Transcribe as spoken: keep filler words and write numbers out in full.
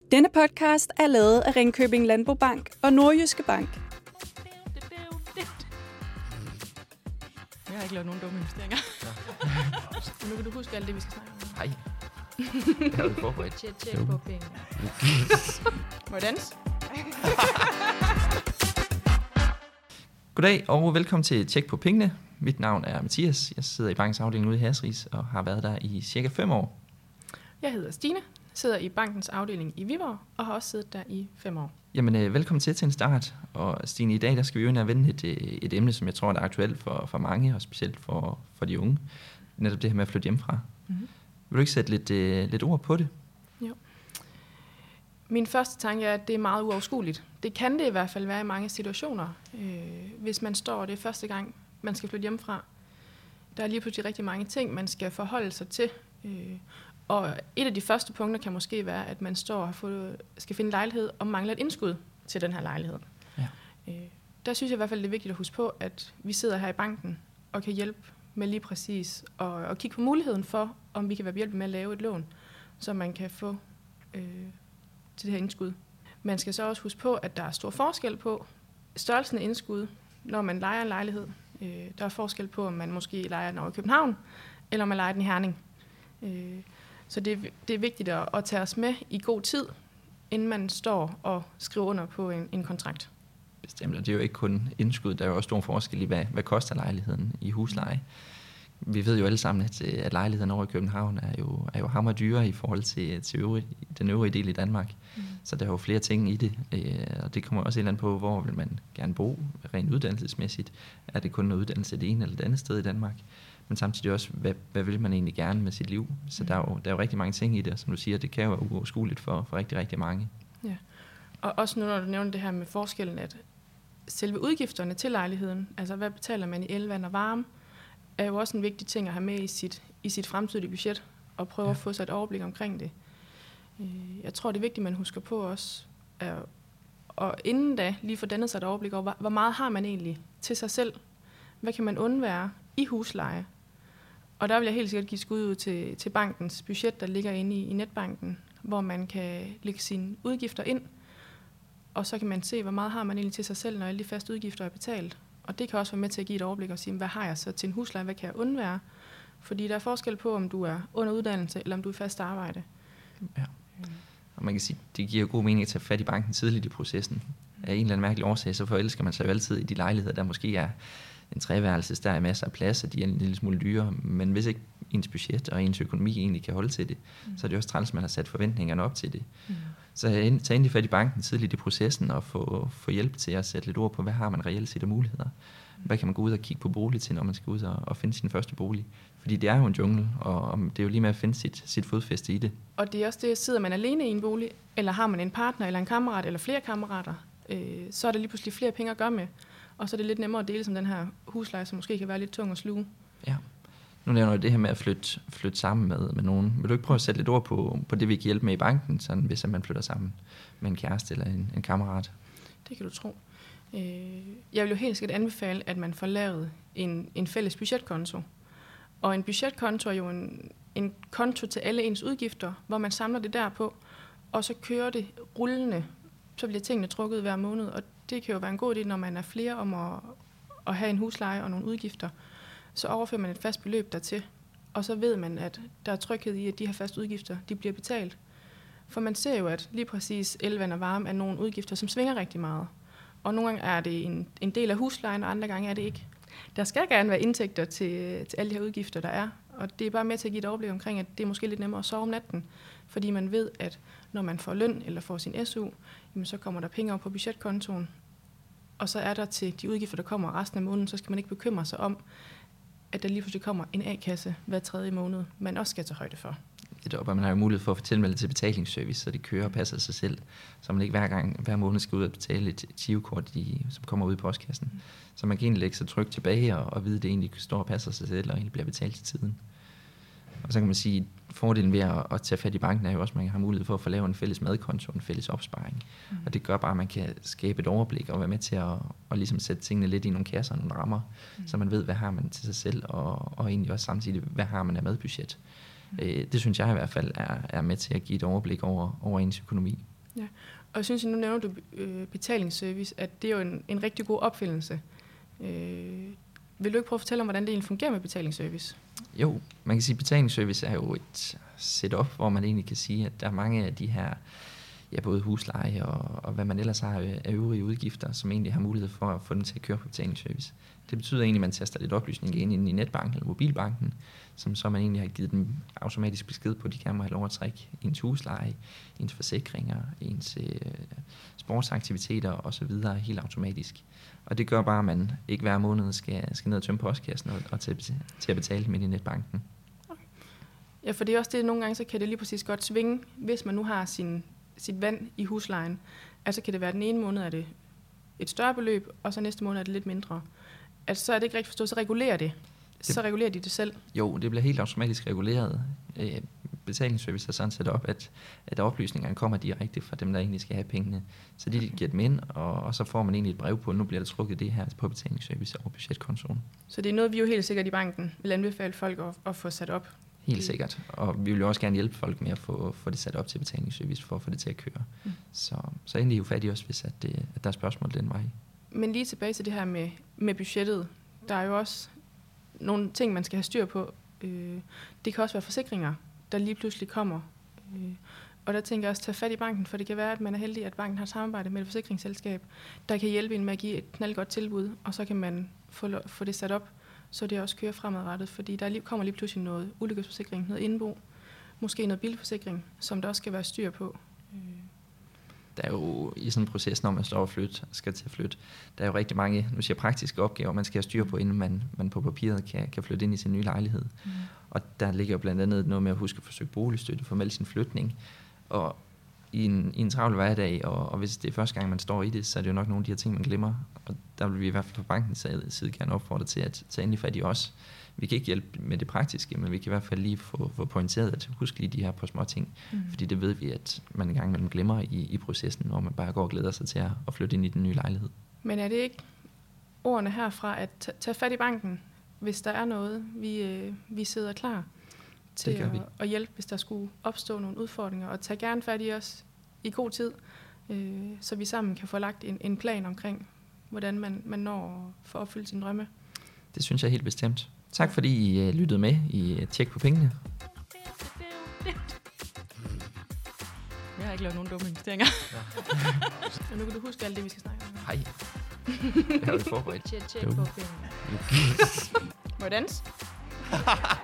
Denne podcast er lavet af Ringkøbing Landbobank og Nordjyske Bank. Jeg har ikke lavet nogen dumme investeringer. Nu kan du huske alt det, vi skal snakke om. Nej. Jeg har jo forberedt. Tjek, tjek på penge. Må jeg danse? Goddag og velkommen til Tjek på Pengene. Mit navn er Mathias. Jeg sidder i bankens afdeling ude i Hasris og har været der i cirka fem år. Jeg hedder Stine, sidder i bankens afdeling i Viborg og har også siddet der i fem år. Jamen, øh, velkommen til til en start. Og Stine, i dag der skal vi jo ind og vende et, et emne, som jeg tror er aktuelt for, for mange, og specielt for, for de unge. Netop det her med at flytte hjemmefra. Mm-hmm. Vil du ikke sætte lidt, øh, lidt ord på det? Jo. Min første tanke er, at det er meget uoverskueligt. Det kan det i hvert fald være i mange situationer, øh, hvis man står, det er første gang, man skal flytte hjemmefra. Der er lige pludselig rigtig mange ting, man skal forholde sig til. Øh, og et af de første punkter kan måske være, at man står og fået, skal finde lejlighed og mangler et indskud til den her lejlighed. Ja. Øh, der synes jeg i hvert fald, det er vigtigt at huske på, at vi sidder her i banken og kan hjælpe med lige præcis og, og kigge på muligheden for, om vi kan være behjælpelige med at lave et lån, så man kan få øh, til det her indskud. Man skal så også huske på, at der er stor forskel på størrelsen af indskud, når man lejer en lejlighed. Øh, der er forskel på, om man måske lejer den over i København, eller om man lejer den i Herning. Øh, så det, det er vigtigt at, at tage os med i god tid, inden man står og skriver under på en, en kontrakt. Bestemt, og det er jo ikke kun indskud, der er jo også stor forskel i, hvad, hvad koster lejligheden i husleje. Vi ved jo alle sammen, at, at lejligheden over i København er jo, er jo hammer dyre i forhold til, til øvrige, den øvrige del i Danmark. Mm. Så der er jo flere ting i det, og det kommer også et eller andet på, hvor vil man gerne bo, rent uddannelsesmæssigt. Er det kun en uddannelse det ene eller det andet sted i Danmark? Men samtidig også, hvad, hvad vil man egentlig gerne med sit liv? Så mm. der, er jo, der er jo rigtig mange ting i det, som du siger, det kan jo være uoverskueligt for, for rigtig, rigtig mange. Ja, og også nu, når du nævner det her med forskellen, at selve udgifterne til lejligheden, altså hvad betaler man i el, vand og varme, er jo også en vigtig ting at have med i sit, i sit fremtidige budget, og prøve ja. at få sig et overblik omkring det. Jeg tror, det er vigtigt, at man husker på også, og inden da lige få dannet sig et overblik over, hvor meget har man egentlig til sig selv? Hvad kan man undvære i husleje? Og der vil jeg helt sikkert give skud ud til, til bankens budget, der ligger inde i, i netbanken, hvor man kan lægge sine udgifter ind, og så kan man se, hvor meget har man egentlig til sig selv, når alle de faste udgifter er betalt. Og det kan også være med til at give et overblik og sige, hvad har jeg så til en husleje, hvad kan jeg undvære? Fordi der er forskel på, om du er under uddannelse, eller om du er fast arbejde. Ja. Og man kan sige, det giver god mening at tage fat i banken tidligt i processen. Af en eller anden mærkelig årsag, så forelsker man sig jo altid i de lejligheder, der måske er en treværelses, der er masser af plads, og de er en lille smule dyre. Men hvis ikke ens budget og ens økonomi egentlig kan holde til det, mm. så er det også træls, at man har sat forventningerne op til det. Mm. Så tag endelig fat i banken tidligt i processen og få, få hjælp til at sætte lidt ord på, hvad har man reelt set af muligheder. Hvad kan man gå ud og kigge på bolig til, når man skal ud og, og finde sin første bolig? Fordi det er jo en jungle, og, og det er jo lige med at finde sit, sit fodfæste i det. Og det er også det, sidder man alene i en bolig, eller har man en partner, eller en kammerat, eller flere kammerater, øh, så er der lige pludselig flere penge at gøre med. Og så er det lidt nemmere at dele som den her husleje, som måske kan være lidt tung at sluge. Ja. Nu nævner jeg det her med at flytte, flytte sammen med, med nogen. Vil du ikke prøve at sætte lidt ord på, på det, vi kan hjælpe med i banken, sådan, hvis man flytter sammen med en kæreste eller en, en kammerat? Det kan du tro. Jeg vil jo helt sikkert anbefale, at man får lavet en, en fælles budgetkonto. Og en budgetkonto er jo en, en konto til alle ens udgifter, hvor man samler det derpå, og så kører det rullende. Så bliver tingene trukket hver måned, og det kan jo være en god idé, når man er flere om at, at have en husleje og nogle udgifter. Så overfører man et fast beløb dertil, og så ved man, at der er tryghed i, at de her faste udgifter, de bliver betalt. For man ser jo, at lige præcis el, vand og varme er nogle udgifter, som svinger rigtig meget. Og nogle gange er det en, en del af huslejen, og andre gange er det ikke. Der skal gerne være indtægter til, til alle de her udgifter, der er. Og det er bare med til at give et overblik omkring, at det er måske lidt nemmere at sove om natten. Fordi man ved, at når man får løn eller får sin S U, jamen så kommer der penge op på budgetkontoen. Og så er der til de udgifter, der kommer resten af måneden, så skal man ikke bekymre sig om, at der lige pludselig kommer en A-kasse hver tredje måned, man også skal tage højde for. Det er op, at man har jo mulighed for at få tilmeldt til betalingsservice, så det kører og passer sig selv. Så man ikke hver gang, hver måned skal ud og betale et girokort, som kommer ud i postkassen. Mm. Så man kan egentlig lægge sig trygt tilbage og, og vide, at det egentlig står og passer sig selv, og egentlig bliver betalt til tiden. Og så kan man sige, at fordelen ved at, at tage fat i banken er jo også, at man har mulighed for at få lavet en fælles madkonto, en fælles opsparing. Mm. Og det gør bare, at man kan skabe et overblik og være med til at, at ligesom sætte tingene lidt i nogle kasser og nogle rammer, mm. så man ved, hvad har man til sig selv, og, og egentlig også samtidig, hvad har man af madbudget. Mm. Det synes jeg i hvert fald er, er med til at give et overblik over, over ens økonomi. Ja, og jeg synes, at nu nævner du øh, betalingsservice, at det er jo en, en rigtig god opfindelse. Øh, vil du ikke prøve at fortælle om, hvordan det egentlig fungerer med betalingsservice? Jo, man kan sige, at betalingsservice er jo et setup, hvor man egentlig kan sige, at der er mange af de her, ja, både husleje og, og hvad man ellers har af øvrige udgifter, som egentlig har mulighed for at få den til at køre på betalingsservice. Det betyder egentlig, at man taster lidt oplysning ind i netbanken eller mobilbanken, som så man egentlig har givet dem automatisk besked på, at de gerne må have lov at trække ens husleje, ens forsikringer, ens øh, sportsaktiviteter osv. helt automatisk. Og det gør bare, at man ikke hver måned skal, skal ned og tømme postkassen og, og til, til at betale dem ind i netbanken. Okay. Ja, for det er også det, nogle gange så kan det lige præcis godt svinge, hvis man nu har sin, sit vand i huslejen. Altså kan det være, den ene måned er det et større beløb, og så næste måned er det lidt mindre. Altså så er det ikke rigtig forstået, så regulerer det. det. Så regulerer de det selv. Jo, det bliver helt automatisk reguleret. Øh, betalingsservice er sådan set op, at, at oplysningerne kommer direkte fra dem, der egentlig skal have pengene. Så de okay. giver dem ind, og, og så får man egentlig et brev på, nu bliver der trukket det her på betalingsservice over budgetkontoen. Så det er noget, vi jo helt sikkert i banken vil anbefale folk at, at få sat op? Helt sikkert. Og vi vil jo også gerne hjælpe folk med at få, få det sat op til betalingsservice, for at få det til at køre. Mm. Så, så endelig jo fat i os, hvis at det, at der er spørgsmål den vej. Men lige tilbage til det her med, med budgettet. Der er jo også nogle ting, man skal have styr på. Øh, det kan også være forsikringer, der lige pludselig kommer. Øh, og der tænker jeg også, at tage fat i banken, for det kan være, at man er heldig, at banken har samarbejde med et forsikringsselskab, der kan hjælpe en med at give et knaldgodt tilbud, og så kan man få, få det sat op, så det også kører fremadrettet. Fordi der lige, kommer lige pludselig noget ulykkesforsikring, noget indbo, måske noget bilforsikring, som der også skal være styr på. Øh. Der er jo i sådan en proces, når man står og flytte, skal til at flytte, der er jo rigtig mange, nu siger praktiske opgaver, man skal have styr på, inden man, man på papiret kan, kan flytte ind i sin nye lejlighed. Mm. Og der ligger jo blandt andet noget med at huske at forsøge boligstøtte, for melde sin flytning. Og i en, i en travl hverdag, og, og hvis det er første gang, man står i det, så er det jo nok nogle af de her ting, man glemmer. Og der vil vi i hvert fald fra bankens side gerne opfordre til at tage endelig fat i os. Vi kan ikke hjælpe med det praktiske, men vi kan i hvert fald lige få, få pointeret at huske lige de her på små ting. Mm. Fordi det ved vi, at man en gang imellem glemmer i, i processen, hvor man bare går og glæder sig til at, at flytte ind i den nye lejlighed. Men er det ikke ordene herfra at tage fat i banken, hvis der er noget, vi, øh, vi sidder klar til at, at hjælpe, hvis der skulle opstå nogle udfordringer, og tage gerne fat i os i god tid, øh, så vi sammen kan få lagt en, en plan omkring, hvordan man, man når at få opfyldt sine drømme. Det synes jeg helt bestemt. Tak fordi I uh, lyttede med i Tjek på pengene. Jeg har ikke lavet nogen dumme investeringer. Og nu kan du huske alt det, vi skal snakke om. Hej. Jeg har jo ikke forberedt. Tjek på pengene. Må jeg danse?